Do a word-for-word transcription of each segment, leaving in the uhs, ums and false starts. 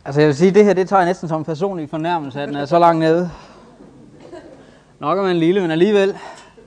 Altså jeg vil sige, det her, det tager jeg næsten som en personlig fornærmelse, at den er så langt nede. Nok er man lille, men alligevel.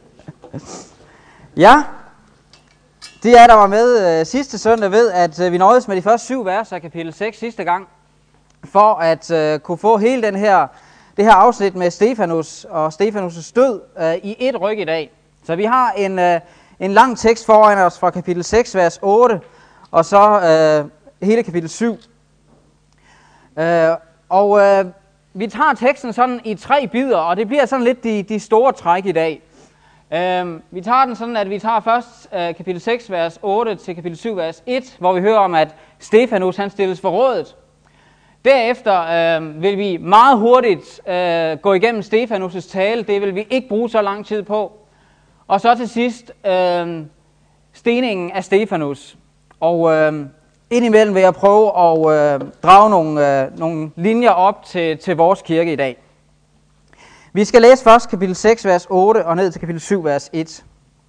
Ja, de af der var med øh, sidste søndag ved, at øh, vi nøjedes med de første syv vers af kapitel seks sidste gang, for at øh, kunne få hele den her, det her afsnit med Stefanus og Stefanus' død øh, i et ryk i dag. Så vi har en, øh, en lang tekst foran os fra kapitel seks, vers otte, og så øh, hele kapitel syv. Øh, og øh, vi tager teksten sådan i tre bidder, og det bliver sådan lidt de, de store træk i dag. Øh, vi tager den sådan, at vi tager først øh, kapitel seks, vers otte til kapitel syv, vers et, hvor vi hører om, at Stefanus han stilles for rådet. Derefter øh, vil vi meget hurtigt øh, gå igennem Stefanus' tale. Det vil vi ikke bruge så lang tid på. Og så til sidst øh, steningen af Stefanus. Og øh, indimellem vil jeg prøve at øh, drage nogle, øh, nogle linjer op til, til vores kirke i dag. Vi skal læse først kapitel seks, vers otte og ned til kapitel syv, vers et.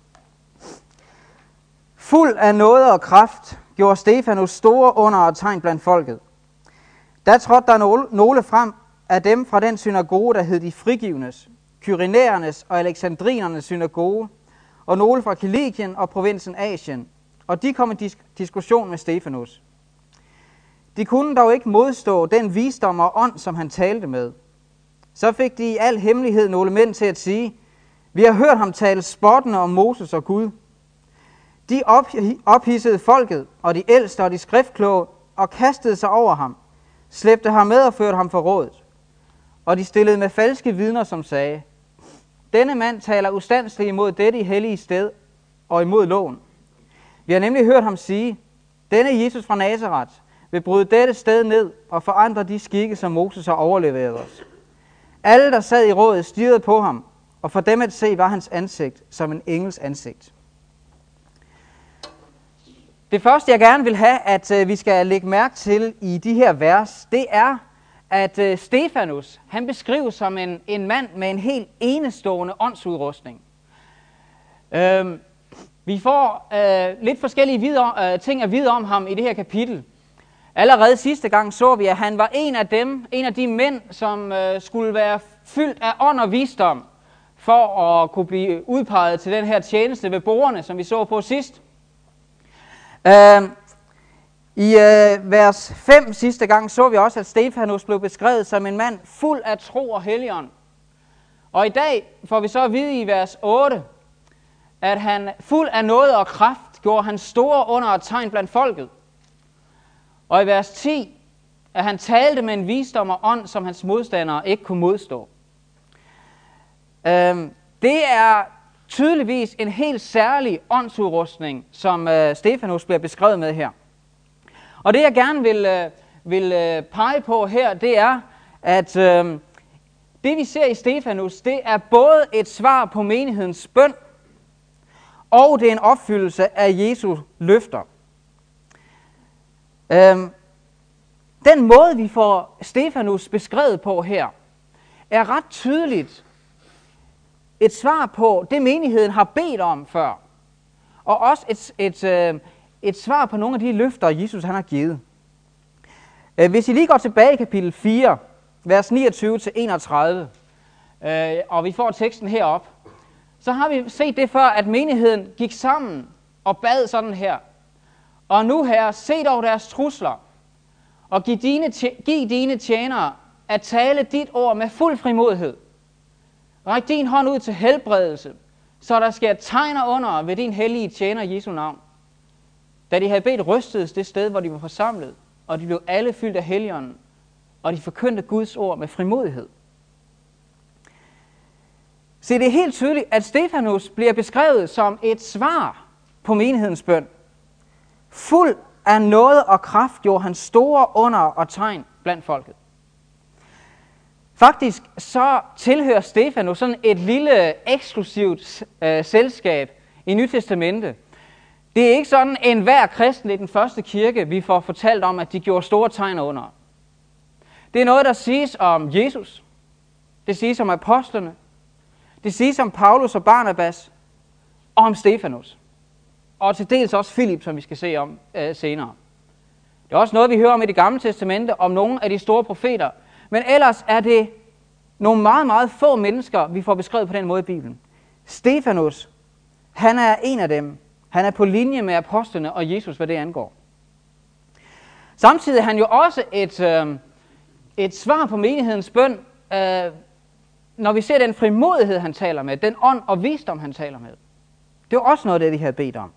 Fuld af nåde og kraft gjorde Stefanus store under og tegn blandt folket. Der trådte der nogle, nogle frem af dem fra den synagoge, der hed de frigivnes, kyrenæernes og alexandrinernes synagoge, og nogle fra Kilikien og provinsen Asien, og de kom i disk- diskussion med Stefanus. De kunne dog ikke modstå den visdom og ånd, som han talte med. Så fik de i al hemmelighed nogle mænd til at sige, vi har hørt ham tale spottende om Moses og Gud. De ophissede folket og de ældste og de skriftkloge og kastede sig over ham, slæbte ham med og førte ham for rådet. Og de stillede med falske vidner, som sagde, denne mand taler ustandsligt imod dette hellige sted og imod loven. Vi har nemlig hørt ham sige, denne Jesus fra Nazareth vil bryde dette sted ned og forandre de skikke, som Moses har overleveret os. Alle, der sad i rådet, stirrede på ham, og for dem at se var hans ansigt som en engels ansigt. Det første, jeg gerne vil have, at vi skal lægge mærke til i de her vers, det er, at Stefanus, han beskrives som en, en mand med en helt enestående åndsudrustning. Øhm, vi får øh, lidt forskellige videre, øh, ting at vide om ham i det her kapitel. Allerede sidste gang så vi, at han var en af dem, en af de mænd, som øh, skulle være fyldt af ånd og visdom, for at kunne blive udpeget til den her tjeneste ved bordene, som vi så på sidst. Øh, I øh, vers fem sidste gang så vi også, at Stefanus blev beskrevet som en mand fuld af tro og helligånd. Og i dag får vi så at vide i vers otte, at han fuld af nåde og kraft gjorde han store under og tegn blandt folket. Og i vers ti, at han talte med en visdom og ånd, som hans modstandere ikke kunne modstå. Øhm, det er tydeligvis en helt særlig åndsudrustning, som øh, Stefanus bliver beskrevet med her. Og det jeg gerne vil, øh, vil øh, pege på her, det er, at øh, det vi ser i Stefanus, det er både et svar på menighedens bøn, og det er en opfyldelse af Jesu løfter. Øhm, den måde, vi får Stefanus beskrevet på her, er ret tydeligt et svar på det, menigheden har bedt om før. Og også et, et, et, et svar på nogle af de løfter, Jesus han har givet. Hvis I lige går tilbage i kapitel fire, vers niogtyve til enogtredive, øh, og vi får teksten herop, så har vi set det før, at menigheden gik sammen og bad sådan her. Og nu, Herre, se dog deres trusler, og giv dine, giv dine tjenere at tale dit ord med fuld frimodighed. Ræk din hånd ud til helbredelse, så der sker tegner under ved din hellige tjener Jesu navn. Da de havde bedt, rystedes det sted, hvor de var forsamlet, og de blev alle fyldt af Helligånden, og de forkyndte Guds ord med frimodighed. Se, det er helt tydeligt, at Stefanus bliver beskrevet som et svar på menighedens bøn. Fuld af nåde og kraft gjorde han store under og tegn blandt folket. Faktisk så tilhører Stefanus sådan et lille eksklusivt øh, selskab i Nyt Testamente. Det er ikke sådan en hver kristen i den første kirke, vi får fortalt om, at de gjorde store tegn under. Det er noget, der siges om Jesus. Det siges om apostlene. Det siges om Paulus og Barnabas. Og om Stefanus. Og til dels også Filip, som vi skal se om øh, senere. Det er også noget, vi hører om i Det Gamle Testamente, om nogle af de store profeter. Men ellers er det nogle meget, meget få mennesker, vi får beskrevet på den måde i Bibelen. Stefanus, han er en af dem. Han er på linje med apostlene og Jesus, hvad det angår. Samtidig er han jo også et, øh, et svar på menighedens bøn, øh, når vi ser den frimodighed, han taler med, den ånd og visdom, han taler med. Det er også noget af det, de havde bedt om.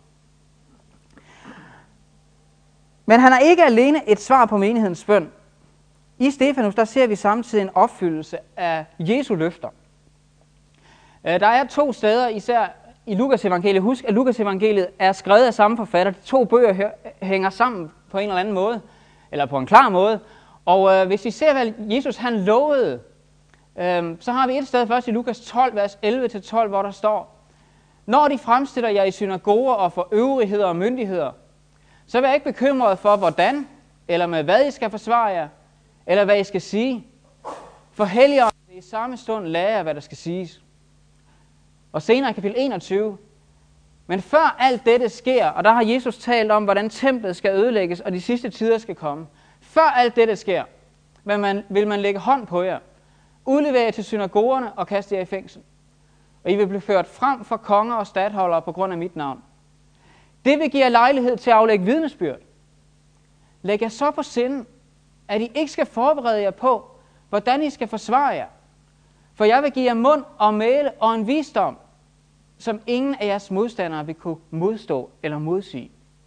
Men han er ikke alene et svar på menighedens bøn. I Stefanus, der ser vi samtidig en opfyldelse af Jesu løfter. Der er to steder, især i Lukas evangeliet. Husk, at Lukas evangeliet er skrevet af samme forfatter. De to bøger hænger sammen på en eller anden måde, eller på en klar måde. Og øh, hvis vi ser, hvad Jesus han lovede, øh, så har vi et sted først i Lukas tolv, vers elleve til tolv, hvor der står: Når de fremstiller jer i synagoger og for øvrigheder og myndigheder, så vær ikke bekymret for, hvordan, eller med hvad I skal forsvare jer, eller hvad I skal sige. For Helligånden vil i samme stund lære jer, hvad der skal siges. Og senere i kapitel enogtyve. Men før alt dette sker, og der har Jesus talt om, hvordan templet skal ødelægges, og de sidste tider skal komme. Før alt dette sker, vil man, vil man lægge hånd på jer, udlevere jer til synagogerne og kaste jer i fængsel. Og I vil blive ført frem for konger og stadholdere på grund af mit navn. Det vil give jer lejlighed til at aflægge vidnesbyrd. Læg jer så på sinde, at I ikke skal forberede jer på, hvordan I skal forsvare jer. For jeg vil give jer mund og mæle og en visdom, som ingen af jeres modstandere vil kunne modstå eller modsige.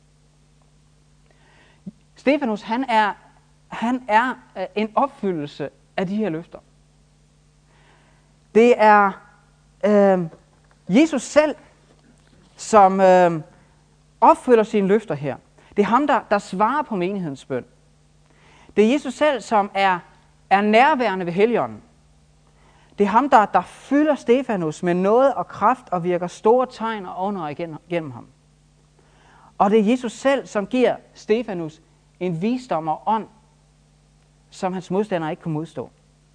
Stefanus, han er, han er en opfyldelse af de her løfter. Det er øh, Jesus selv, som øh, opfylder sine løfter her. Det er ham, der, der svarer på menighedens bøn. Det er Jesus selv, som er, er nærværende ved Helligånden. Det er ham, der, der fylder Stefanus med noget og kraft og virker store tegn og under igennem, gennem ham. Og det er Jesus selv, som giver Stefanus en visdom og ånd, som hans modstandere ikke kunne modstå.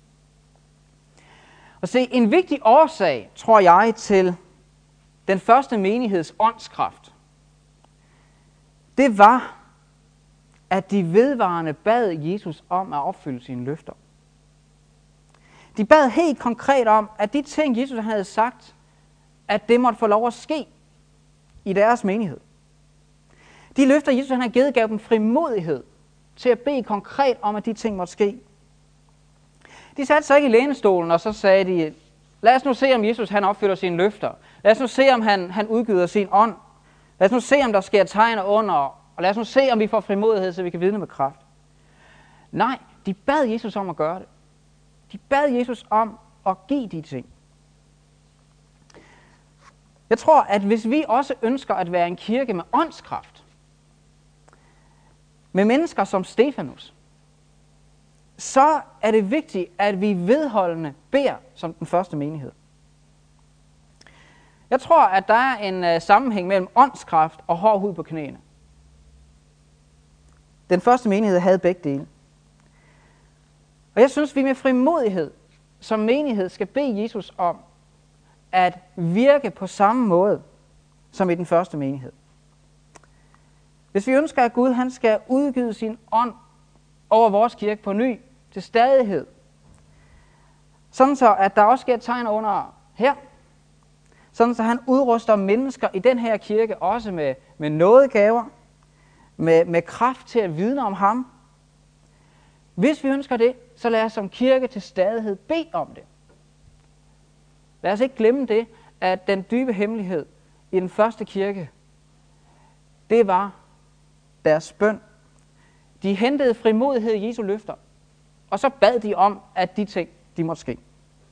Og se, en vigtig årsag, tror jeg, til den første menigheds åndskraft, det var, at de vedvarende bad Jesus om at opfylde sine løfter. De bad helt konkret om, at de ting, Jesus havde sagt, at det måtte få lov at ske i deres menighed. De løfter, Jesus han havde givet, gav dem frimodighed til at bede konkret om, at de ting måtte ske. De satte sig ikke i lænestolen, og så sagde de, lad os nu se, om Jesus han opfylder sine løfter. Lad os nu se, om han, han udgyder sin ånd. Lad os nu se, om der sker tegn under, og lad os nu se, om vi får frimodighed, så vi kan vidne med kraft. Nej, de bad Jesus om at gøre det. De bad Jesus om at give de ting. Jeg tror, at hvis vi også ønsker at være en kirke med åndskraft, med mennesker som Stefanus, så er det vigtigt, at vi vedholdende beder som den første menighed. Jeg tror, at der er en uh, sammenhæng mellem åndskraft og hård hud på knæene. Den første menighed havde begge dele. Og jeg synes, vi med frimodighed som menighed skal bede Jesus om at virke på samme måde som i den første menighed. Hvis vi ønsker, at Gud han skal udgyde sin ånd over vores kirke på ny til stadighed, sådan så at der også sker tegn under her, sådan så han udruster mennesker i den her kirke også med, med nådegaver, med, med kraft til at vidne om ham. Hvis vi ønsker det, så lad os som kirke til stadighed bede om det. Lad os ikke glemme det, at den dybe hemmelighed i den første kirke, det var deres bøn. De hentede frimodighed i Jesu løfter, og så bad de om, at de ting, de måtte ske.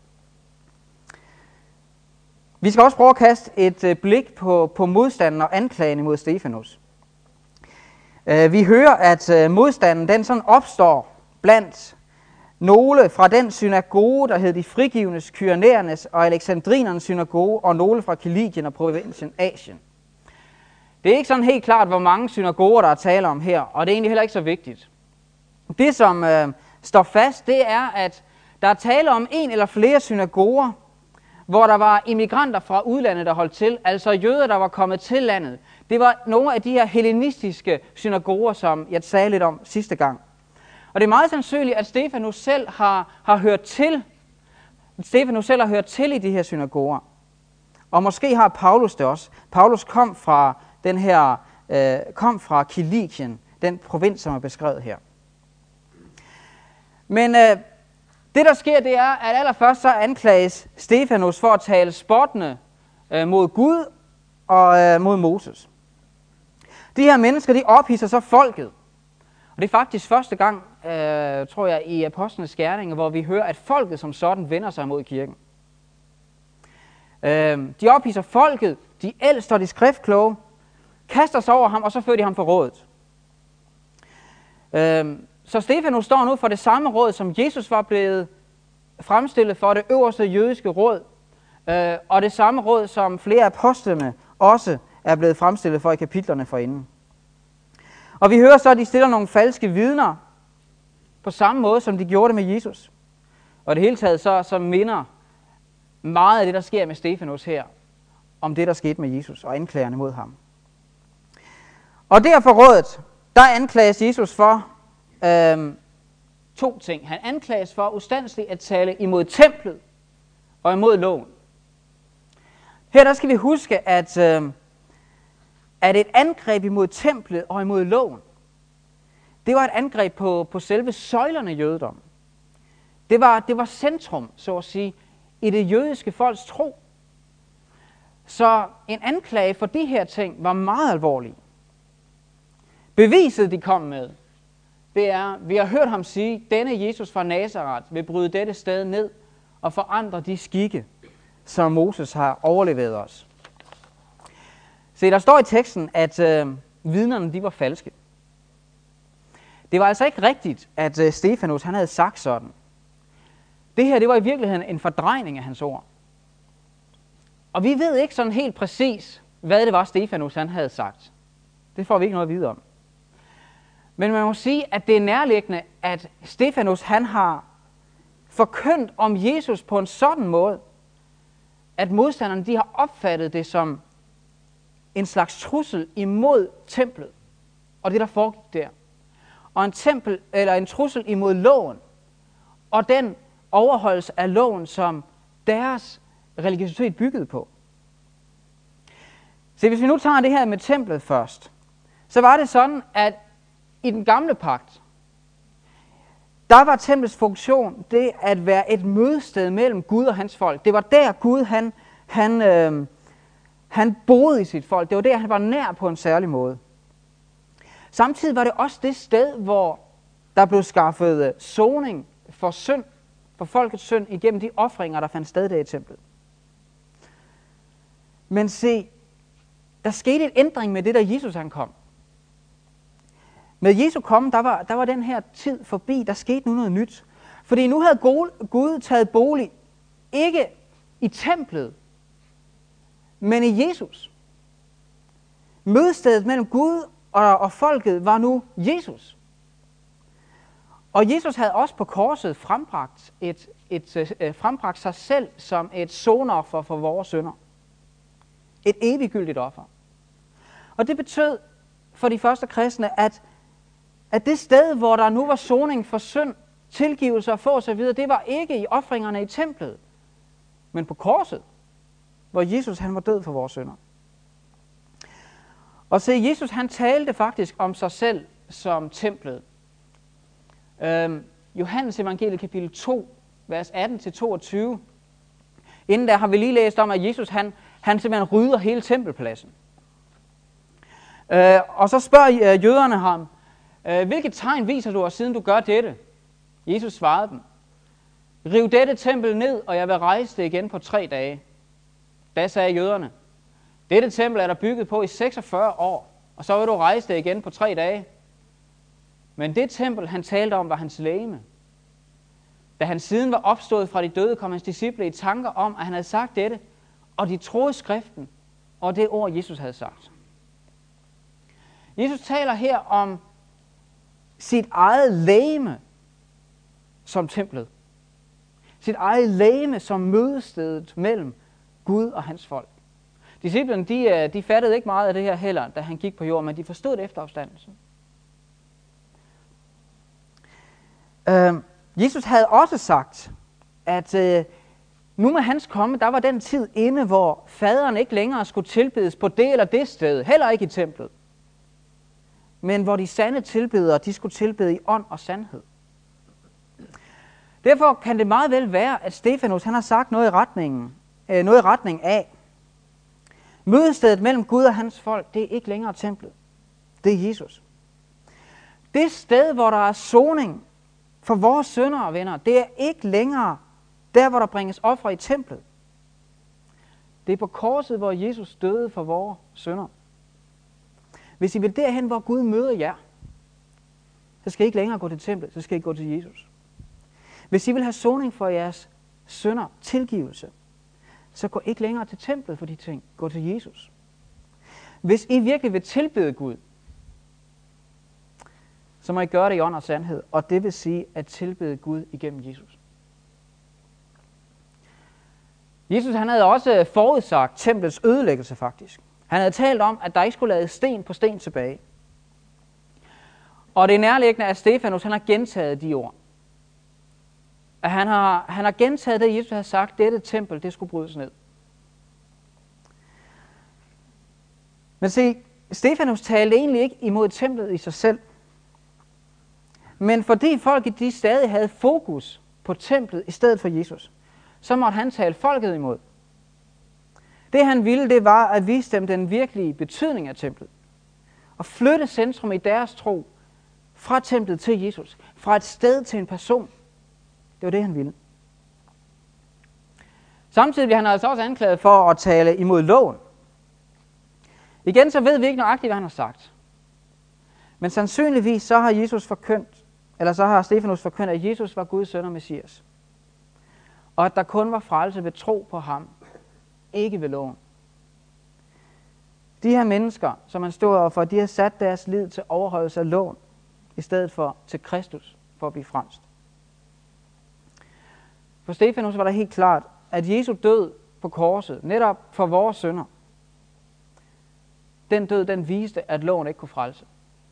Vi skal også prøve at kaste et blik på, på modstanden og anklagen imod Stefanus. Vi hører, at modstanden den sådan opstår blandt nogle fra den synagoge, der hed de frigivnes, kyrenæernes og alexandrinernes synagoge, og nogle fra Kilikien og provinsen Asien. Det er ikke sådan helt klart, hvor mange synagoger, der er tale om her, og det er egentlig heller ikke så vigtigt. Det, som øh, står fast, det er, at der er tale om en eller flere synagoger, hvor der var immigranter fra udlandet, der holdt til, altså jøder, der var kommet til landet. Det var nogle af de her hellenistiske synagoger, som jeg sagde lidt om sidste gang. Og det er meget sandsynligt, at Stefanus selv har, har hørt til, Stefanus selv har hørt til i de her synagoger. Og måske har Paulus det også. Paulus kom fra den her, øh, kom fra Kilikien, den provins, som er beskrevet her. Men øh, det, der sker, det er, at allerførst så anklages Stefanus for at tale spottende øh, mod Gud og øh, mod Moses. De her mennesker, de ophidser så folket. Og det er faktisk første gang, øh, tror jeg, i Apostlenes Gerninger, hvor vi hører, at folket som sådan vender sig mod kirken. Øh, de ophidser folket, de ældste og de skriftkloge, kaster sig over ham, og så fører de ham for rådet. Øh, så Stefanus står nu for det samme råd, som Jesus var blevet fremstillet for, det øverste jødiske råd, øh, og det samme råd, som flere apostlene også er blevet fremstillet for i kapitlerne forinden. Og vi hører så, at de stiller nogle falske vidner på samme måde, som de gjorde det med Jesus. Og det hele taget så, så minder meget af det, der sker med Stefanus her, om det, der skete med Jesus og anklagerne mod ham. Og derfor rådet, der anklages Jesus for øhm, to ting. Han anklages for ustandsligt at tale imod templet og imod loven. Her der skal vi huske, at, øhm, at et angreb imod templet og imod loven, det var et angreb på, på selve søjlerne i jødedom. Det var, det var centrum, så at sige, i det jødiske folks tro. Så en anklage for de her ting var meget alvorlig. Beviset, de kom med, det er, vi har hørt ham sige, denne Jesus fra Nazaret vil bryde dette sted ned og forandre de skikke, som Moses har overleveret os. Se, der står i teksten, at øh, vidnerne de var falske. Det var altså ikke rigtigt, at øh, Stefanus han havde sagt sådan. Det her, det var i virkeligheden en fordrejning af hans ord. Og vi ved ikke sådan helt præcis, hvad det var, Stefanus han havde sagt. Det får vi ikke noget at vide om. Men man må sige, at det er nærliggende, at Stefanus han har forkyndt om Jesus på en sådan måde, at modstanderne de har opfattet det som en slags trussel imod templet og det, der foregik der. Og en, tempel, eller en trussel imod loven og den overholdelse af loven, som deres religiøsitet byggede på. Så hvis vi nu tager det her med templet først, så var det sådan, at i den gamle pagt, der var templets funktion det at være et mødested mellem Gud og hans folk. Det var der Gud han, han, øh, han boede i sit folk. Det var der han var nær på en særlig måde. Samtidig var det også det sted, hvor der blev skaffet soning for synd, for folkets synd, igennem de ofringer, der fandt sted der i templet. Men se, der skete en ændring med det, da Jesus han kom. Med Jesu komme, der var, der var den her tid forbi, der skete nu noget nyt. Fordi nu havde Gud taget bolig, ikke i templet, men i Jesus. Mødestedet mellem Gud og, og folket var nu Jesus. Og Jesus havde også på korset frembragt, et, et, et, frembragt sig selv som et sonoffer for vores synder. Et eviggyldigt offer. Og det betød for de første kristne, at, at det sted, hvor der nu var soning for synd, tilgivelse og få osv., det var ikke i ofringerne i templet, men på korset, hvor Jesus han var død for vores synder. Og se, Jesus han talte faktisk om sig selv som templet. Øhm, Johannes evangeliet kapitel to, vers atten til toogtyve. Inden der har vi lige læst om, at Jesus han, han simpelthen rydder hele tempelpladsen. Øh, og så spørger øh, jøderne ham, øh, hvilket tegn viser du os, siden du gør dette? Jesus svarede dem, riv dette tempel ned, og jeg vil rejse det igen på tre dage. Da sagde jøderne, dette tempel er der bygget på i seksogfyrre år, og så vil du rejse det igen på tre dage. Men det tempel, han talte om, var hans legeme. Da han siden var opstået fra de døde, kom hans disciple i tanker om, at han havde sagt dette, og de troede skriften og det ord, Jesus havde sagt. Jesus taler her om sit eget legeme som templet. sit eget legeme som mødestedet mellem Gud og hans folk. Disciplerne, de, de fattede ikke meget af det her heller, da han gik på jorden, men de forstod det efter opstandelsen. Øh, Jesus havde også sagt, at øh, nu med hans komme, der var den tid inde, hvor faderen ikke længere skulle tilbedes på det eller det sted, heller ikke i templet. Men hvor de sande tilbedere, de skulle tilbede i ånd og sandhed. Derfor kan det meget vel være, at Stefanus han har sagt noget i retningen, øh, noget i retning af, mødestedet mellem Gud og hans folk, det er ikke længere templet. Det er Jesus. Det sted, hvor der er soning for vores synder og venner, det er ikke længere der, hvor der bringes ofre i templet. Det er på korset, hvor Jesus døde for vores synder. Hvis I vil derhen, hvor Gud møder jer, så skal I ikke længere gå til templet, så skal I gå til Jesus. Hvis I vil have soning for jeres synder, tilgivelse, så gå ikke længere til templet for de ting. Gå til Jesus. Hvis I virkelig vil tilbede Gud, så må I gøre det i ånd og sandhed, og det vil sige at tilbede Gud igennem Jesus. Jesus han havde også forudsagt templets ødelæggelse faktisk. Han havde talt om, at der ikke skulle lades sten på sten tilbage. Og det er nærliggende, at Stefanus han har gentaget de ord. At han har, han har gentaget det, Jesus havde sagt, dette tempel, det skulle brydes ned. Men se, Stefanus talte egentlig ikke imod templet i sig selv. Men fordi folket de stadig havde fokus på templet i stedet for Jesus, så måtte han tale folket imod. Det han ville, det var at vise dem den virkelige betydning af templet. Og flytte centrum i deres tro fra templet til Jesus. Fra et sted til en person. Det var det, han ville. Samtidig bliver han altså også anklaget for at tale imod loven. Igen så ved vi ikke nøjagtigt, hvad han har sagt. Men sandsynligvis så har Jesus forkyndt, eller så har Stefanus forkyndt, at Jesus var Guds søn og Messias. Og at der kun var frelse ved tro på ham, ikke ved loven. De her mennesker, som han stod overfor, de har sat deres lid til overholdelse af loven, i stedet for til Kristus, for at blive frelst. For Stefanus var det helt klart, at Jesu død på korset, netop for vores synder, den død, den viste, at loven ikke kunne frelse.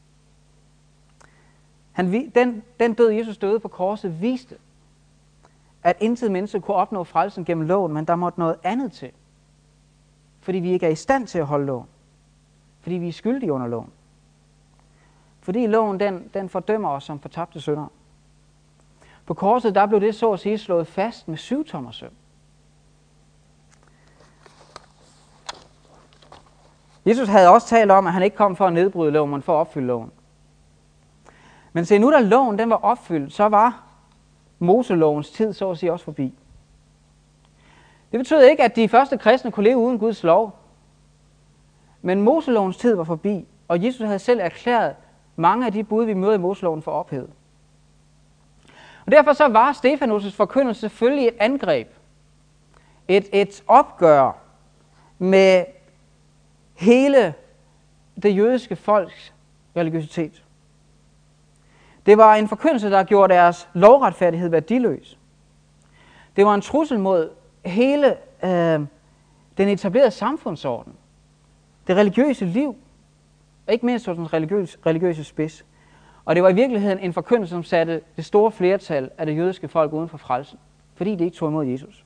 Han, den, den død, Jesus døde på korset, viste, at intet menneske kunne opnå frelsen gennem loven, men der måtte noget andet til. Fordi vi ikke er i stand til at holde loven. Fordi vi er skyldige under loven. Fordi loven, den, den fordømmer os som fortabte syndere. På korset, der blev det så at sige slået fast med syvtommersøm. Jesus havde også talt om, at han ikke kom for at nedbryde loven, men for at opfylde loven. Men se, nu da loven den var opfyldt, så var Moselovens tid så at sige også forbi. Det betød ikke, at de første kristne kunne leve uden Guds lov. Men Moselovens tid var forbi, og Jesus havde selv erklæret mange af de bud, vi møder i Moseloven, for ophævet. Og derfor så var Stefanus' forkyndelse selvfølgelig et angreb. Et, et opgør med hele det jødiske folks religiøsitet. Det var en forkyndelse, der gjorde deres lovretfærdighed værdiløs. Det var en trussel mod hele øh, den etablerede samfundsorden. Det religiøse liv, og ikke mindst hos den religiøse, religiøse spids. Og det var i virkeligheden en forkyndelse, som satte det store flertal af det jødiske folk uden for frelsen, fordi de ikke tog imod Jesus.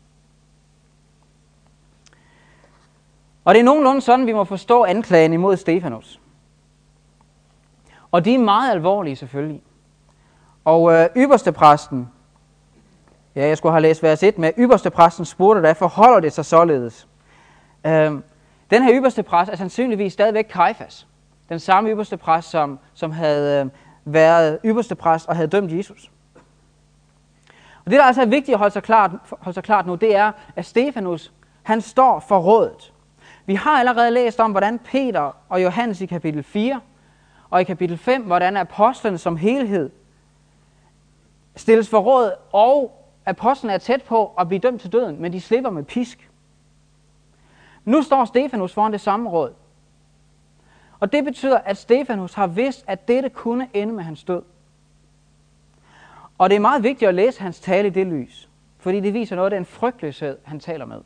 Og det er nogenlunde sådan, vi må forstå anklagen imod Stefanus. Og de er meget alvorlige selvfølgelig. Og øh, ypperstepræsten, ja, jeg skulle have læst vers et med, ypperstepræsten spurgte, hvad forholder det sig således? Øh, den her ypperstepræst er sandsynligvis stadigvæk Kajfas. Den samme ypperstepræst, som, som havde øh, været ypperstepræst og havde dømt Jesus. Og det, der altså er vigtigt at holde sig klart, holde sig klart nu, det er, at Stefanus, han står for rådet. Vi har allerede læst om, hvordan Peter og Johannes i kapitel fire, og i kapitel fem, hvordan apostlene som helhed stilles for råd, og apostlene er tæt på at blive dømt til døden, men de slipper med pisk. Nu står Stefanus foran det samme råd. Og det betyder, at Stefanus har vidst, at dette kunne ende med hans død. Og det er meget vigtigt at læse hans tale i det lys. fordi det viser noget af den frygtløshed, han taler med.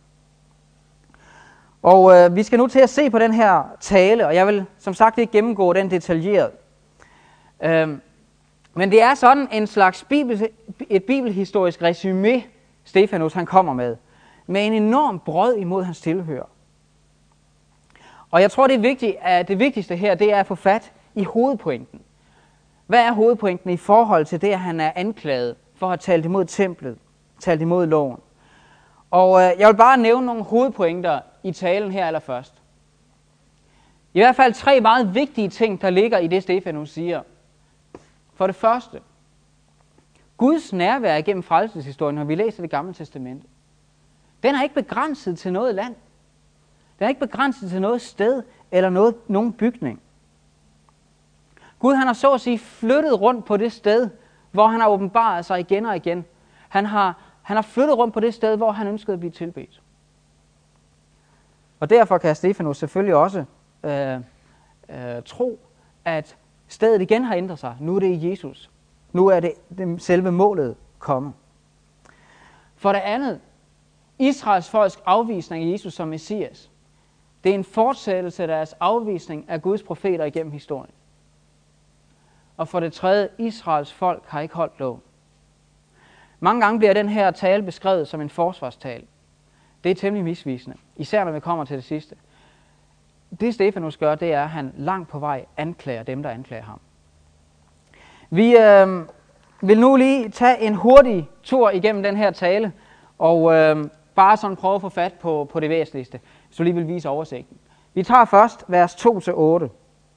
Og øh, vi skal nu til at se på den her tale, og jeg vil som sagt ikke gennemgå den detaljeret. Øhm, men det er sådan en slags bibel, et bibelhistorisk resumé, Stefanus han kommer med, med en enorm brød imod hans tilhører. Og jeg tror, det er vigtigt, at det vigtigste her, det er at få fat i hovedpointen. Hvad er hovedpointen i forhold til det, at han er anklaget for at have talt imod templet, talt imod loven? Og øh, jeg vil bare nævne nogle hovedpointer i talen her allerførst. I hvert fald tre meget vigtige ting, der ligger i det, Stefanus siger. For det første, Guds nærvær gennem frelseshistorien, når vi læser det gamle testamente, den er ikke begrænset til noget land. Den er ikke begrænset til noget sted eller noget, nogen bygning. Gud han har så at sige flyttet rundt på det sted, hvor han har åbenbaret sig igen og igen. Han har, han har flyttet rundt på det sted, hvor han ønskede at blive tilbedt. Og derfor kan Stefanus selvfølgelig også øh, øh, tro, at stedet igen har ændret sig. Nu er det Jesus. Nu er det, det selve målet kommet. For det andet, Israels folks afvisning af Jesus som Messias, det er en fortsættelse af deres afvisning af Guds profeter igennem historien. Og for det tredje, Israels folk har ikke holdt loven. Mange gange bliver den her tale beskrevet som en forsvarstale. Det er temmelig misvisende, især når vi kommer til det sidste. Det Stefanus gør, det er, at han langt på vej anklager dem, der anklager ham. Vi øh, vil nu lige tage en hurtig tur igennem den her tale, og øh, bare sådan prøve at få fat på, på det væsentligste, så lige vil vise oversigten. Vi tager først vers to til otte.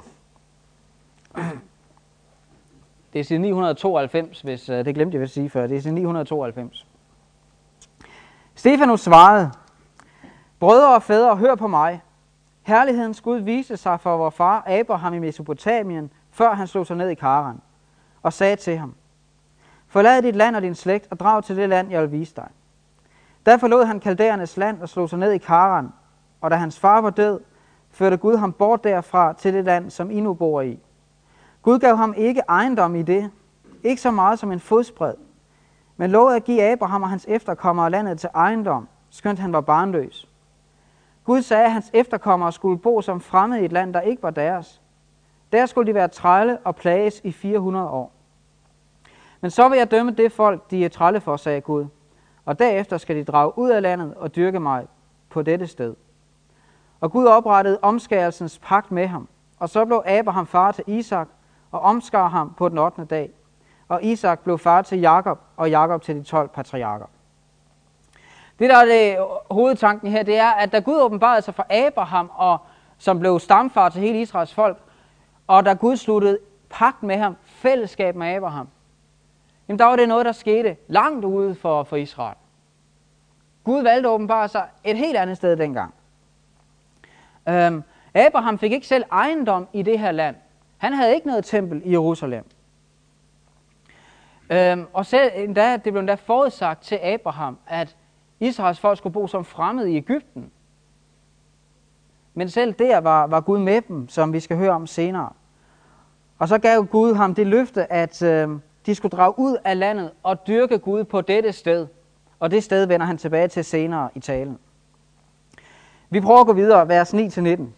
Det er side ni hundrede tooghalvfems, hvis øh, det glemte jeg at sige før. Det er side ni hundrede tooghalvfems. Stefanus svarede, brødre og fædre, hør på mig. Herlighedens Gud viste sig for vor far Abraham i Mesopotamien, før han slog sig ned i Karan, og sagde til ham, forlad dit land og din slægt og drag til det land, jeg vil vise dig. Da forlod han kaldæernes land og slog sig ned i Karan, og da hans far var død, førte Gud ham bort derfra til det land, som I nu bor i. Gud gav ham ikke ejendom i det, ikke så meget som en fodspred, men lovede at give Abraham og hans efterkommere landet til ejendom, skønt han var barnløs. Gud sagde, at hans efterkommere skulle bo som fremmede i et land, der ikke var deres. Der skulle de være trælle og plages i fire hundrede år. Men så vil jeg dømme det folk, de er trælle for, sagde Gud, og derefter skal de drage ud af landet og dyrke mig på dette sted. Og Gud oprettede omskærelsens pagt med ham, og så blev Abraham far til Isak, og omskar ham på den ottende dag. Og Isak blev far til Jakob, og Jakob til de tolv patriarker. Det der er det, hovedtanken her, det er, at da Gud åbenbarede sig for Abraham, og som blev stamfar til hele Israels folk, og da Gud sluttede pagt med ham, fællesskab med Abraham, jamen der var det noget, der skete langt ude for, for Israel. Gud valgte at åbenbare sig et helt andet sted dengang. Øhm, Abraham fik ikke selv ejendom i det her land. Han havde ikke noget tempel i Jerusalem. Øhm, og selv endda, det blev endda forudsagt til Abraham, at Israels folk skulle bo som fremmede i Egypten. Men selv der var, var Gud med dem, som vi skal høre om senere. Og så gav Gud ham det løfte, at øh, de skulle drage ud af landet og dyrke Gud på dette sted. Og det sted vender han tilbage til senere i talen. Vi prøver at gå videre, vers ni til nitten.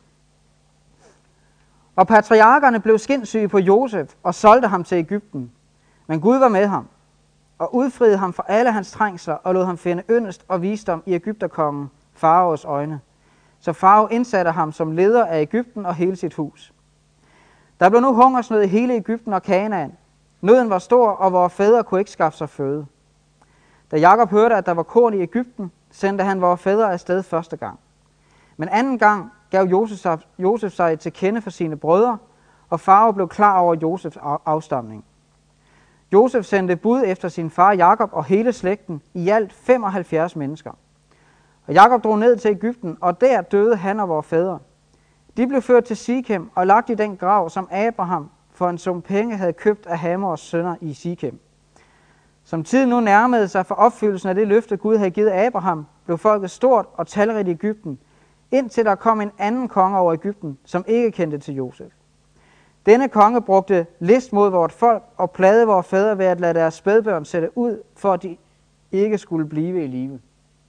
Og patriarkerne blev skinsyge på Josef og solgte ham til Egypten. Men Gud var med ham og udfriede ham fra alle hans trængsler og lod ham finde yndest og visdom i Egypterkongen Faraos øjne. Så Farao indsatte ham som leder af Egypten og hele sit hus. Der blev nu hungersnød i hele Egypten og Kanaan. Nøden var stor, og vores fædre kunne ikke skaffe sig føde. Da Jakob hørte, at der var korn i Egypten, sendte han vores fædre afsted første gang. Men anden gang gav Josef, Josef sig til kende for sine brødre, og Farao blev klar over Josefs afstamning. Josef sendte bud efter sin far Jakob og hele slægten, i alt femoghalvfjerds mennesker. Og Jakob drog ned til Egypten, og der døde han og vores fædre. De blev ført til Sikem og lagt i den grav, som Abraham for en sum penge havde købt af Hamors sønner i Sikem. Som tiden nu nærmede sig for opfyldelsen af det løfte, Gud havde givet Abraham, blev folket stort og talrigt i Egypten, indtil der kom en anden konge over Egypten, som ikke kendte til Josef. Denne konge brugte list mod vort folk og plagede vores fædre ved at lade deres spædbørn sætte ud, for, de, ikke skulle blive i live.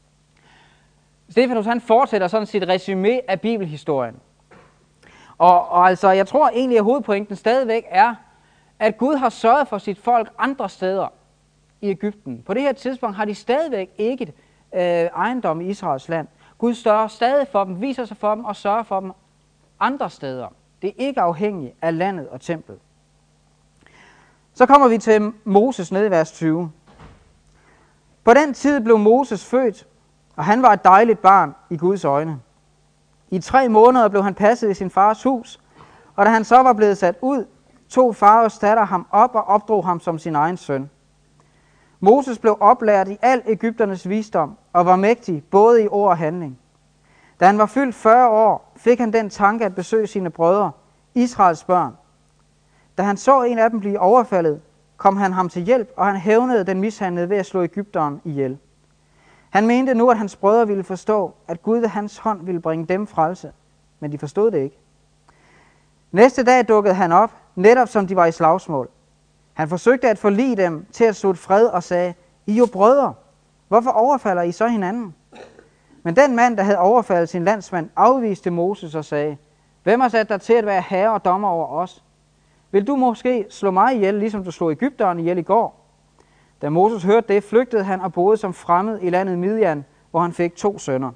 Stefanus han fortsætter sådan sit resumé af bibelhistorien. Og, og altså, jeg tror egentlig, at hovedpointen stadigvæk er, at Gud har sørget for sit folk andre steder i Egypten. På det her tidspunkt har de stadigvæk ikke øh, ejendom i Israels land. Gud sørger stadig for dem, viser sig for dem og sørger for dem andre steder. Det er ikke afhængigt af landet og templet. Så kommer vi til Moses nede i vers tyve. På den tid blev Moses født, og han var et dejligt barn i Guds øjne. I tre måneder blev han passet i sin fars hus, og da han så var blevet sat ud, tog faraos datter ham op og opdrog ham som sin egen søn. Moses blev oplært i al Egypternes visdom og var mægtig både i ord og handling. Da han var fyldt fyrre år, fik han den tanke at besøge sine brødre, Israels børn. Da han så en af dem blive overfaldet, kom han ham til hjælp, og han hævnede den mishandlede ved at slå Egypteren ihjel. Han mente nu, at hans brødre ville forstå, at Gud ved hans hånd ville bringe dem frelse, men de forstod det ikke. Næste dag dukkede han op, netop som de var i slagsmål. Han forsøgte at forlige dem til at slutte fred og sagde, I er jo brødre, hvorfor overfalder I så hinanden? Men den mand, der havde overfaldet sin landsmand, afviste Moses og sagde, hvem har sat dig til at være herre og dommer over os? Vil du måske slå mig ihjel, ligesom du slog Egypteren ihjel i går? Da Moses hørte det, flygtede han og boede som fremmed i landet Midian, hvor han fik to sønner.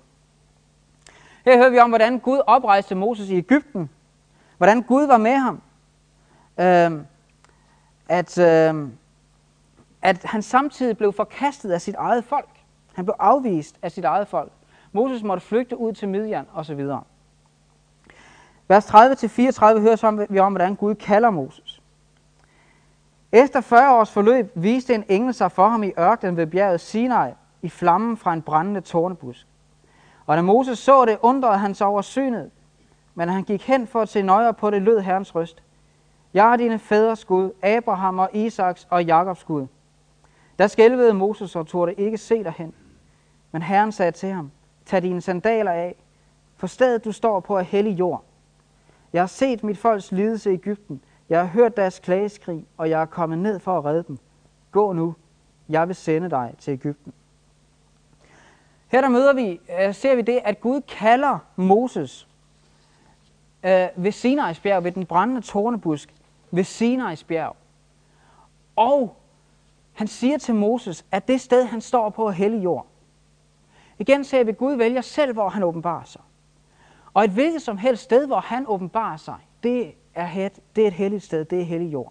Her hører vi om, hvordan Gud oprejste Moses i Egypten. Hvordan Gud var med ham. Øhm, at, øhm, at han samtidig blev forkastet af sit eget folk. Han blev afvist af sit eget folk. Moses måtte flygte ud til Midian osv. Vers tredive til fireogtredive hører vi om, hvordan Gud kalder Moses. Efter fyrre års forløb viste en engel sig for ham i ørkenen ved bjerget Sinai i flammen fra en brændende tornebusk. Og da Moses så det, undrede han sig over synet, men han gik hen for at se nøjere på det, lød Herrens røst. Jeg er dine fædres Gud, Abraham og Isaks og Jakobs Gud. Der skælvede Moses og turde ikke se derhen. Men Herren sagde til ham, tag dine sandaler af, for stedet du står på er hellig jord. Jeg har set mit folks lidelse i Egypten, jeg har hørt deres klageskrig, og jeg er kommet ned for at redde dem. Gå nu, jeg vil sende dig til Egypten. Her der møder vi, ser vi det, at Gud kalder Moses øh, ved Sinais bjerg, ved den brændende tornebusk, ved Sinais bjerg. Og han siger til Moses, at det sted, han står på, er hellig jord. Igen ser vi, at Gud vælger selv, hvor han åbenbarer sig. Og et hvilket som helst sted, hvor han åbenbarer sig, det er, et, det er et helligt sted, det er hellig jord.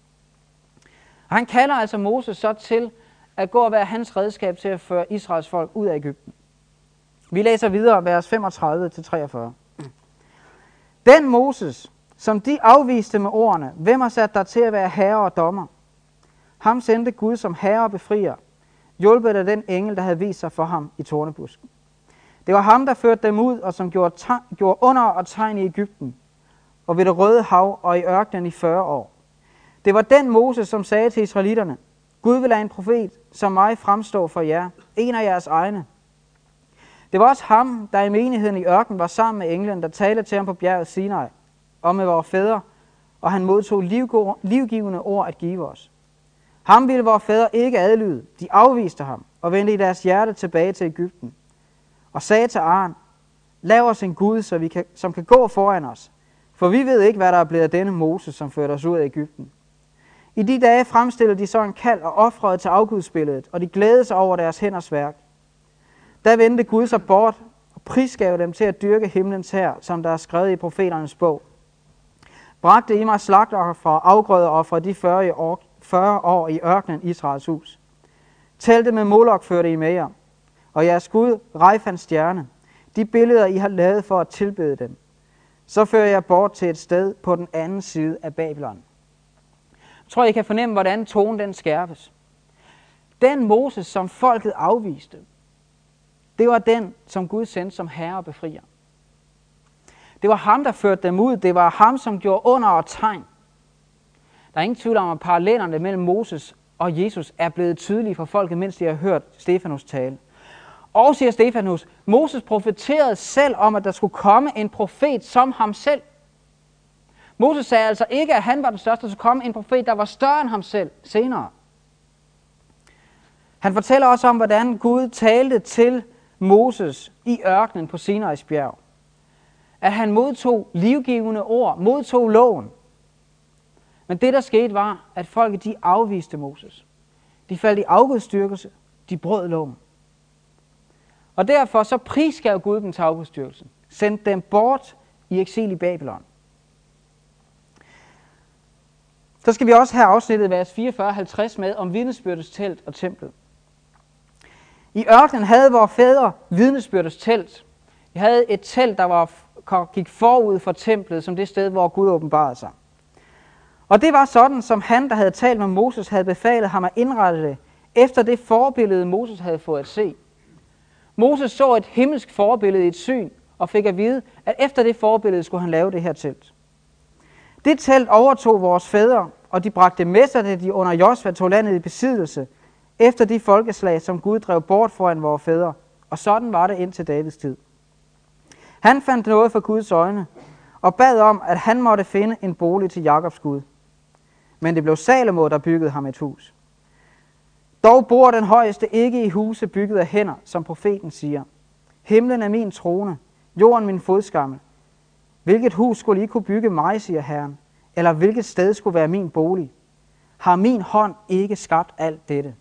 Og han kalder altså Moses så til at gå og være hans redskab til at føre Israels folk ud af Egypten. Vi læser videre vers femogtredive til treogfyrre. Den Moses, som de afviste med ordene, hvem har sat dig til at være herre og dommer? Ham sendte Gud som herre og befrier, hjulpet af den engel, der havde vist sig for ham i tornebusken. Det var ham, der førte dem ud, og som gjorde, gjorde under og tegn i Egypten, og ved det røde hav og i ørkenen i fyrre år. Det var den Moses, som sagde til israelitterne, Gud vil lade en profet som mig fremstå for jer, en af jeres egne. Det var også ham, der i menigheden i ørkenen var sammen med englen, der talte til ham på bjerget Sinai, og med vores fædre, og han modtog livgivende ord at give os. Ham ville vores fædre ikke adlyde, de afviste ham, og vendte i deres hjerte tilbage til Egypten, og sagde til Aaron, lav os en Gud, så vi kan, som kan gå foran os, for vi ved ikke, hvad der er blevet af denne Moses, som førte os ud af Egypten. I de dage fremstillede de så en kald og ofrede til afgudsbilledet, og de glædede sig over deres hænders værk. Der vendte Gud sig bort og prisgav dem til at dyrke himlens hær, som der er skrevet i profeternes bog. Bragte I mig slagtoffer og afgrødeoffer de fyrre år i ørkenen Israels hus. Talte med Molok førte I med jer, og jeres Gud, Rejfans stjerne, de billeder I har lavet for at tilbede dem. Så fører jeg bort til et sted på den anden side af Babylon. Jeg tror, I kan fornemme, hvordan tonen den skærpes. Den Moses, som folket afviste, det var den, som Gud sendte som herre og befrier. Det var ham, der førte dem ud. Det var ham, som gjorde under og tegn. Der er ingen tvivl om, at parallellerne mellem Moses og Jesus er blevet tydelige for folket, mens de har hørt Stefanus tale. Og siger Stefanus, Moses profeterede selv om, at der skulle komme en profet som ham selv. Moses sagde altså ikke, at han var den største, der skulle komme en profet, der var større end ham selv senere. Han fortæller også om, hvordan Gud talte til Moses i ørkenen på Sinais bjerg. At han modtog livgivende ord, modtog loven. Men det, der skete, var, at folket de afviste Moses. De faldt i afgudstyrkelse, de brød loven. Og derfor så prisgav Gud dem til afgudstyrkelsen, sendte dem bort i eksil i Babylon. Så skal vi også have afsnittet vers fireogfyrre halvtreds med om vidnesbyrdets telt og templet. I ørkenen havde vores fædre vidnesbyrdets telt. De havde et telt, der var, gik forud for templet, som det sted, hvor Gud åbenbarede sig. Og det var sådan, som han, der havde talt med Moses, havde befalet ham at indrette det, efter det forbillede, Moses havde fået at se. Moses så et himmelsk forbillede i et syn, og fik at vide, at efter det forbillede skulle han lave det her telt. Det telt overtog vores fædre, og de bragte med sig, da de under Josva tog landet i besiddelse, efter de folkeslag, som Gud drev bort foran vores fædre. Og sådan var det indtil Davids tid. Han fandt noget for Guds øjne, og bad om, at han måtte finde en bolig til Jakobs Gud. Men det blev Salomo, der byggede ham et hus. Dog bor den højeste ikke i huse bygget af hænder, som profeten siger. Himlen er min trone, jorden min fodskammel. Hvilket hus skulle I kunne bygge mig, siger Herren, eller hvilket sted skulle være min bolig? Har min hånd ikke skabt alt dette?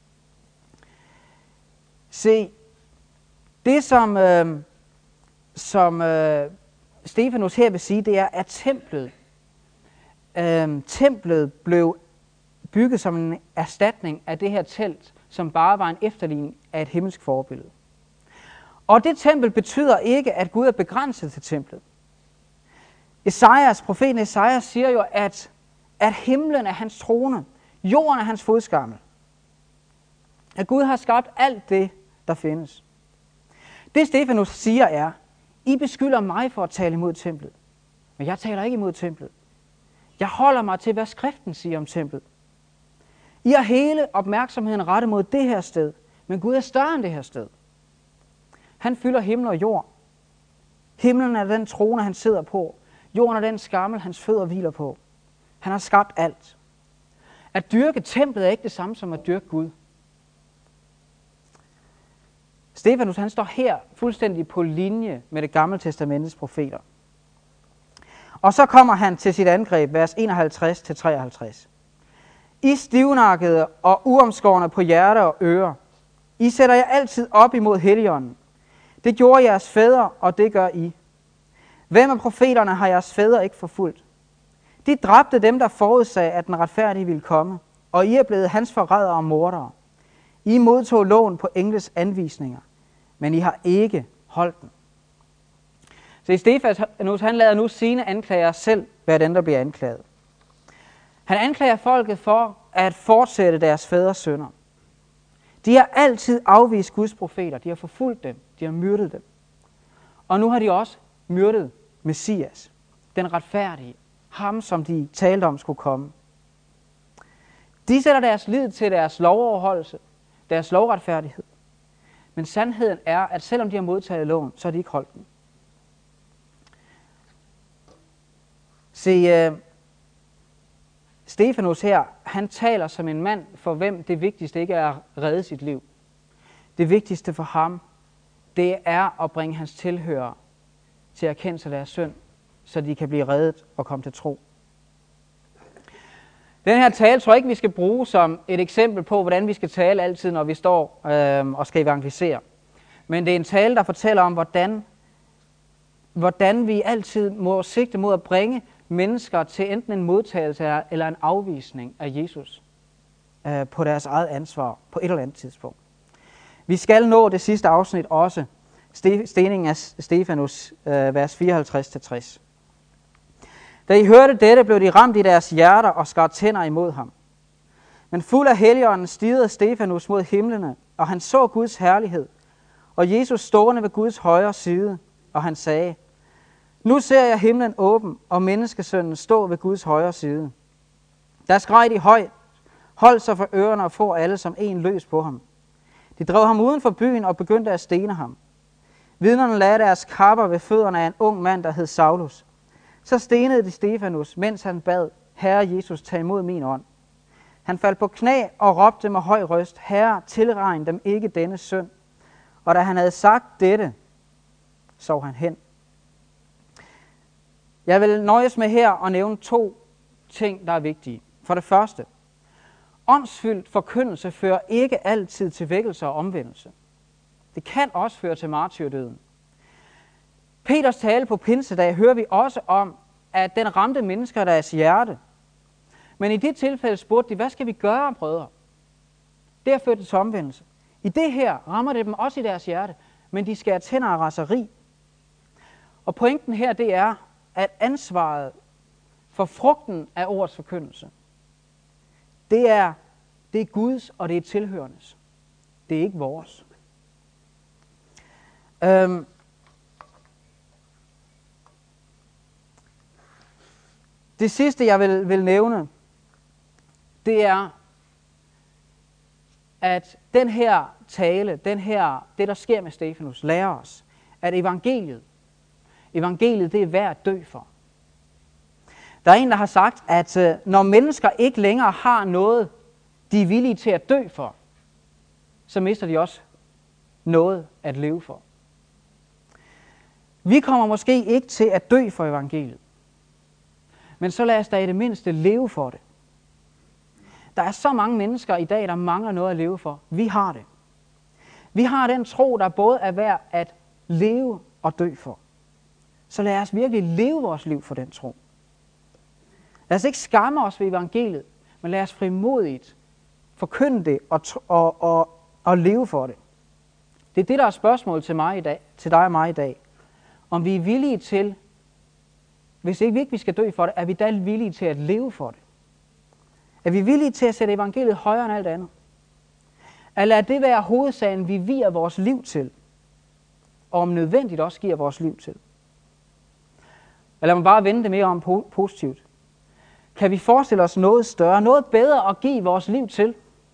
Se, det som, øh, som øh, Stefanus her vil sige, det er, at templet, øh, templet blev bygget som en erstatning af det her telt, som bare var en efterligning af et himmelsk forbillede. Og det tempel betyder ikke, at Gud er begrænset til templet. Esajas, profeten Esajas siger jo, at, at himlen er hans trone, jorden er hans fodskammel. At Gud har skabt alt det, der findes. Det Stefanus siger er, I beskylder mig for at tale imod templet, men jeg taler ikke imod templet. Jeg holder mig til, hvad skriften siger om templet. I har hele opmærksomheden rettet mod det her sted, men Gud er større end det her sted. Han fylder himmel og jord. Himlen er den trone, han sidder på. Jorden er den skammel, hans fødder hviler på. Han har skabt alt. At dyrke templet er ikke det samme som at dyrke Gud. Stefanus, han står her fuldstændig på linje med det gamle testamentets profeter. Og så kommer han til sit angreb, vers enoghalvtreds til treoghalvtreds. I stivnakkede og uomskårne på hjerte og ører. I sætter jer altid op imod Helligånden. Det gjorde jeres fædre, og det gør I. Hvem af profeterne har jeres fædre ikke forfulgt? De dræbte dem, der forudsagde, at den retfærdige ville komme, og I er blevet hans forrædere og mordere. I modtog loven på engles anvisninger, men I har ikke holdt den. Så Stefanus, han lader nu sine anklager selv være den, der bliver anklaget. Han anklager folket for at fortsætte deres fædres synder. De har altid afvist Guds profeter. De har forfulgt dem. De har myrdet dem. Og nu har de også myrdet Messias, den retfærdige, ham som de talte om skulle komme. De sætter deres lid til deres lovoverholdelse, deres lovretfærdighed. Men sandheden er, at selvom de har modtaget loven, så har de ikke holdt den. Se, uh, Stefanus her, han taler som en mand, for hvem det vigtigste ikke er at redde sit liv. Det vigtigste for ham, det er at bringe hans tilhørere til at erkende sig deres synd, så de kan blive reddet og komme til tro. Den her tale tror jeg ikke, vi skal bruge som et eksempel på, hvordan vi skal tale altid, når vi står øh, og skal evangelisere. Men det er en tale, der fortæller om, hvordan, hvordan vi altid må sigte mod at bringe mennesker til enten en modtagelse eller en afvisning af Jesus øh, på deres eget ansvar på et eller andet tidspunkt. Vi skal nå det sidste afsnit også, steningen af Stefanus, øh, vers fireoghalvtreds til tres. Da I hørte dette, blev de ramt i deres hjerter og skar tænder imod ham. Men fuld af Helligånden stirrede Stefanus mod himlene, og han så Guds herlighed, og Jesus stående ved Guds højre side, og han sagde, nu ser jeg himlen åben, og menneskesønnen stå ved Guds højre side. Der skreg de højt, holdt sig for ørerne og få alle som en løs på ham. De drev ham uden for byen og begyndte at stene ham. Vidnerne lagde deres kapper ved fødderne af en ung mand, der hed Saulus. Så stenede de Stefanus, mens han bad, Herre Jesus, tag imod min ånd. Han faldt på knæ og råbte med høj røst, Herre, tilregn dem ikke denne synd. Og da han havde sagt dette, sov han hen. Jeg vil nøjes med her at nævne to ting, der er vigtige. For det første, åndsfyldt forkyndelse fører ikke altid til vækkelse og omvendelse. Det kan også føre til martyrdøden. Peters tale på pinsedag hører vi også om, at den ramte mennesker deres hjerte. Men i det tilfælde spurgte de, hvad skal vi gøre, brødre? Det har ført til omvendelse. I det her rammer det dem også i deres hjerte, men de skærer tænder af raseri. Og pointen her, det er, at ansvaret for frugten af ordets forkyndelse, det er, det er Guds, og det er tilhørendes. Det er ikke vores. Øhm, det sidste, jeg vil, vil nævne, det er, at den her tale, den her, det der sker med Stefanus, lærer os, at evangeliet, evangeliet det er værd at dø for. Der er en, der har sagt, at øh, når mennesker ikke længere har noget, de er villige til at dø for, så mister de også noget at leve for. Vi kommer måske ikke til at dø for evangeliet, men så lad os da i det mindste leve for det. Der er så mange mennesker i dag, der mangler noget at leve for. Vi har det. Vi har den tro, der både er værd at leve og dø for. Så lad os virkelig leve vores liv for den tro. Lad os ikke skamme os ved evangeliet, men lad os frimodigt forkynde det og, og, og, og leve for det. Det er det, der er spørgsmålet til, mig i dag, til dig og mig i dag. Om vi er villige til, hvis ikke vi ikke skal dø for det, er vi da villige til at leve for det? Er vi villige til at sætte evangeliet højere end alt andet? At lade det være hovedsagen, vi viger vores liv til, og om nødvendigt også giver vores liv til? Eller lad mig bare vende det mere om positivt. Kan vi forestille os noget større, noget bedre at give vores liv til?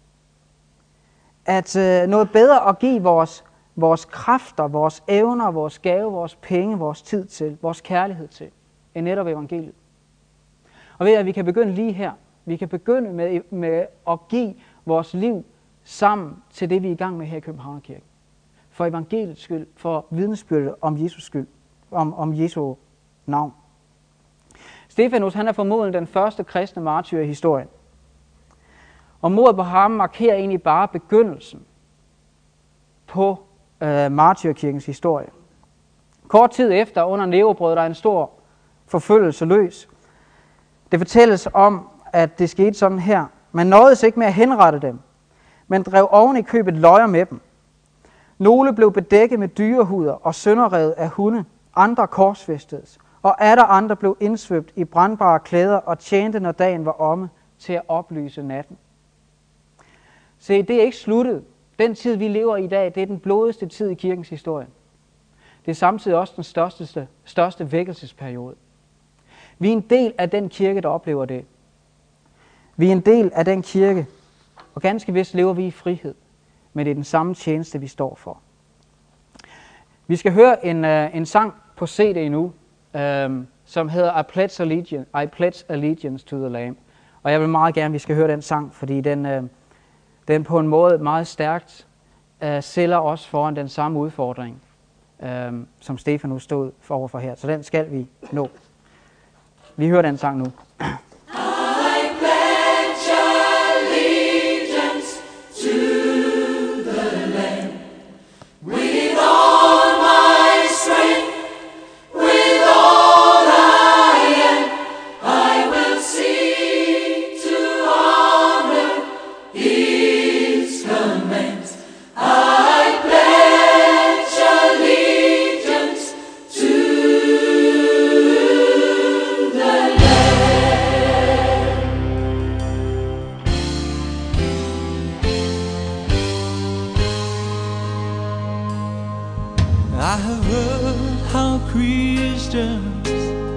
At øh, noget bedre at give vores, vores kræfter, vores evner, vores gave, vores penge, vores tid til, vores kærlighed til, end netop evangeliet. Og ved at vi kan begynde lige her. Vi kan begynde med, med at give vores liv sammen til det, vi er i gang med her i Københavnerkirken. For evangeliets skyld, for vidnesbyrdet om Jesus skyld, om, om Jesu navn. Stefanus, han er formodentlig den første kristne martyr i historien. Og mordet på ham markerer egentlig bare begyndelsen på øh, martyrkirkens historie. Kort tid efter, under Nero, brød der en stor forfølgelse løs. Det fortælles om, at det skete sådan her. Man nåedes ikke med at henrette dem, men drev oven i købet løjer med dem. Nogle blev bedækket med dyrehuder og sønderrevet af hunde, andre korsfæstedes, og atter andre blev indsvøbt i brandbare klæder og tjente, når dagen var omme, til at oplyse natten. Se, det er ikke sluttet. Den tid, vi lever i i dag, det er den blodigste tid i kirkens historie. Det er samtidig også den største, største vækkelsesperiode. Vi er en del af den kirke, der oplever det. Vi er en del af den kirke, og ganske vist lever vi i frihed, men det er den samme tjeneste, vi står for. Vi skal høre en, uh, en sang på C D nu, um, som hedder I Pledge Allegiance, I Pledge Allegiance to the Lamb. Og jeg vil meget gerne, at vi skal høre den sang, fordi den, uh, den på en måde meget stærkt uh, sælger os foran den samme udfordring, um, som Stefanus stod overfor her. Så den skal vi nå. Vi hører den sang nu. I have heard how Christians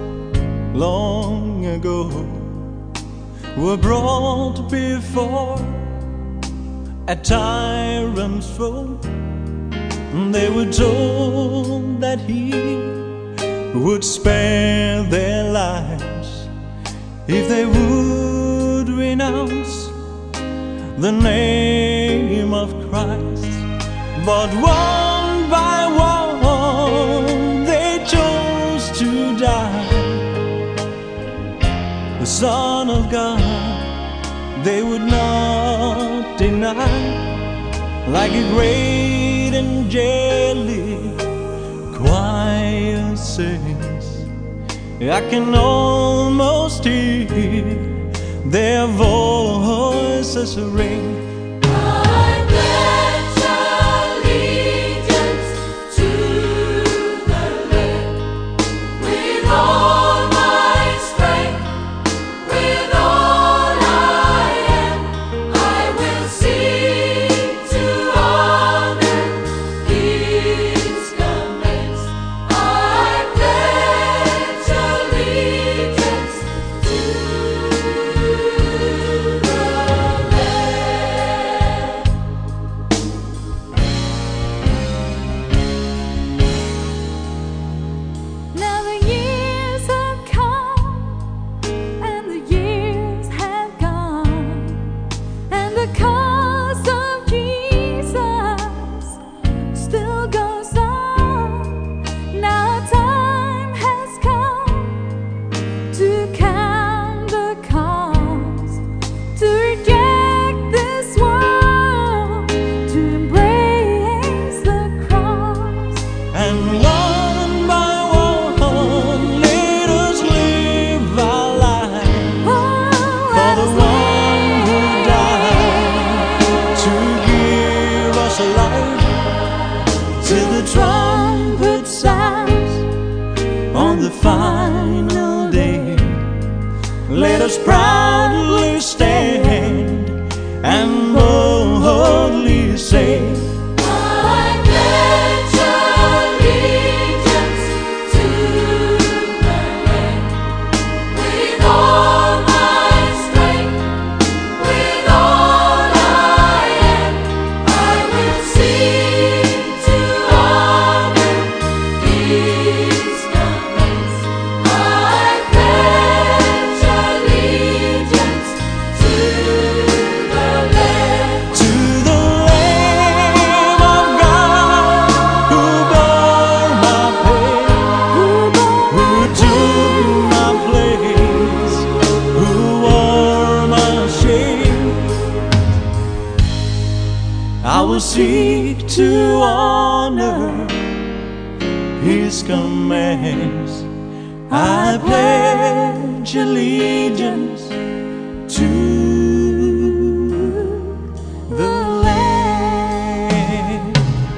long ago were brought before a tyrant's throne. They were told that he would spare their lives if they would renounce the name of Christ. But one by one they chose to die. The Son of God they would not deny. Like a great angelic choir sings, I can almost hear their voices ring. I pledge allegiance to the Lamb with all my strength, with all I am. I will seek to honor His commands. I pledge allegiance to the Now the years have come and the years have gone, and the cause of Jesus still goes on. Now time has come to count the cost, to reject this world, to embrace the cross. And one by one let us live our life Oh, for let the us one who died to give us life. Till the trumpet sounds on the final day, let us proudly stand and boldly say, I pledge allegiance to the Lamb with all my strength, with all I am. I will seek to honor His commands. I pledge allegiance to the Lamb. to the Lamb of God who bore my pain, Who bore who took my place, who wore my shame. I will seek to honor His commands. I pledge allegiance to the Lamb.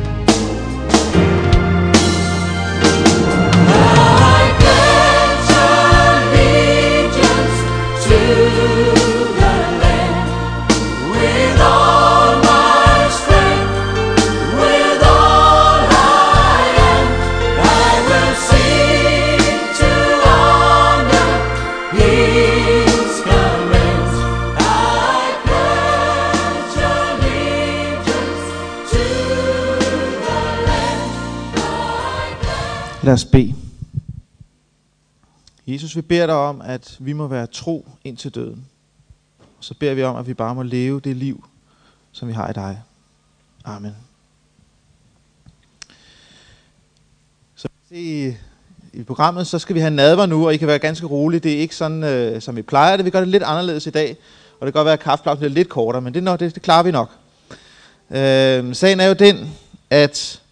I pledge allegiance to the Lamb with all my strength, with all I am. I will seek to honor His commands. I pledge allegiance to the Lamb. Lad os bede. Jesus, vi beder dig om, at vi må være tro indtil døden. Og så beder vi om, at vi bare må leve det liv, som vi har i dig. Amen. Så i, i programmet, så skal vi have nadver nu, og I kan være ganske rolige. Det er ikke sådan, øh, som vi plejer det. Vi gør det lidt anderledes i dag. Og det kan godt være, at kaffepausen er lidt kortere, men det, nok, det, det klarer vi nok. Øh, sagen er jo den, at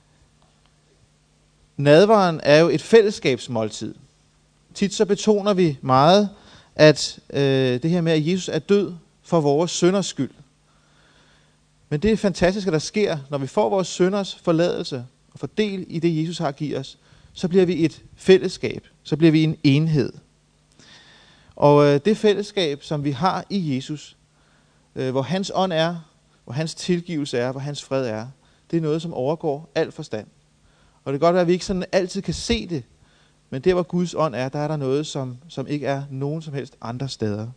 nadveren er jo et fællesskabsmåltid. Tit så betoner vi meget, at øh, det her med, at Jesus er død for vores synders skyld. Men det er fantastisk, at der sker, når vi får vores synders forladelse og får del i det, Jesus har givet os, så bliver vi et fællesskab, så bliver vi en enhed. Og øh, det fællesskab, som vi har i Jesus, øh, hvor hans ånd er, hvor hans tilgivelse er, hvor hans fred er, det er noget, som overgår al forstand. Og det kan godt være, at vi ikke sådan altid kan se det, men der, hvor Guds ånd er, der er der noget, som, som ikke er nogen som helst andre steder.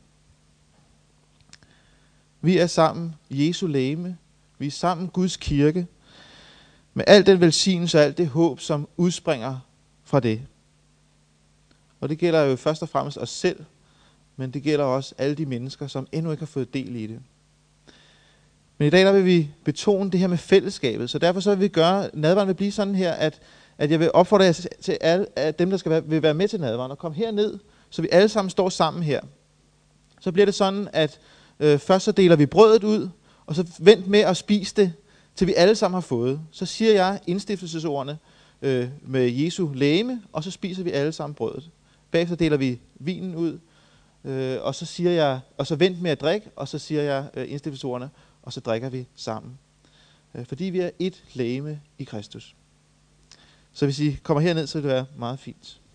Vi er sammen Jesu legeme, vi er sammen Guds kirke, med al den velsignelse og alt det håb, som udspringer fra det. Og det gælder jo først og fremmest os selv, men det gælder også alle de mennesker, som endnu ikke har fået del i det. Men i dag der vil vi betone det her med fællesskabet. Så derfor så vil vi gøre, nadveren vil blive sådan her, at, at jeg vil opfordre jer til alle at dem, der skal være, vil være med til nadveren, og komme herned, så vi alle sammen står sammen her. Så bliver det sådan, at øh, først så deler vi brødet ud, og så vent med at spise det, til vi alle sammen har fået. Så siger jeg indstiftelsesordene øh, med Jesu legeme, og så spiser vi alle sammen brødet. Bagefter deler vi vinen ud, øh, og så siger jeg, og så vent med at drikke, og så siger jeg øh, indstiftelsesordene, og så drikker vi sammen. Øh, fordi vi er et legeme i Kristus. Så hvis I kommer herned, så vil det være meget fint.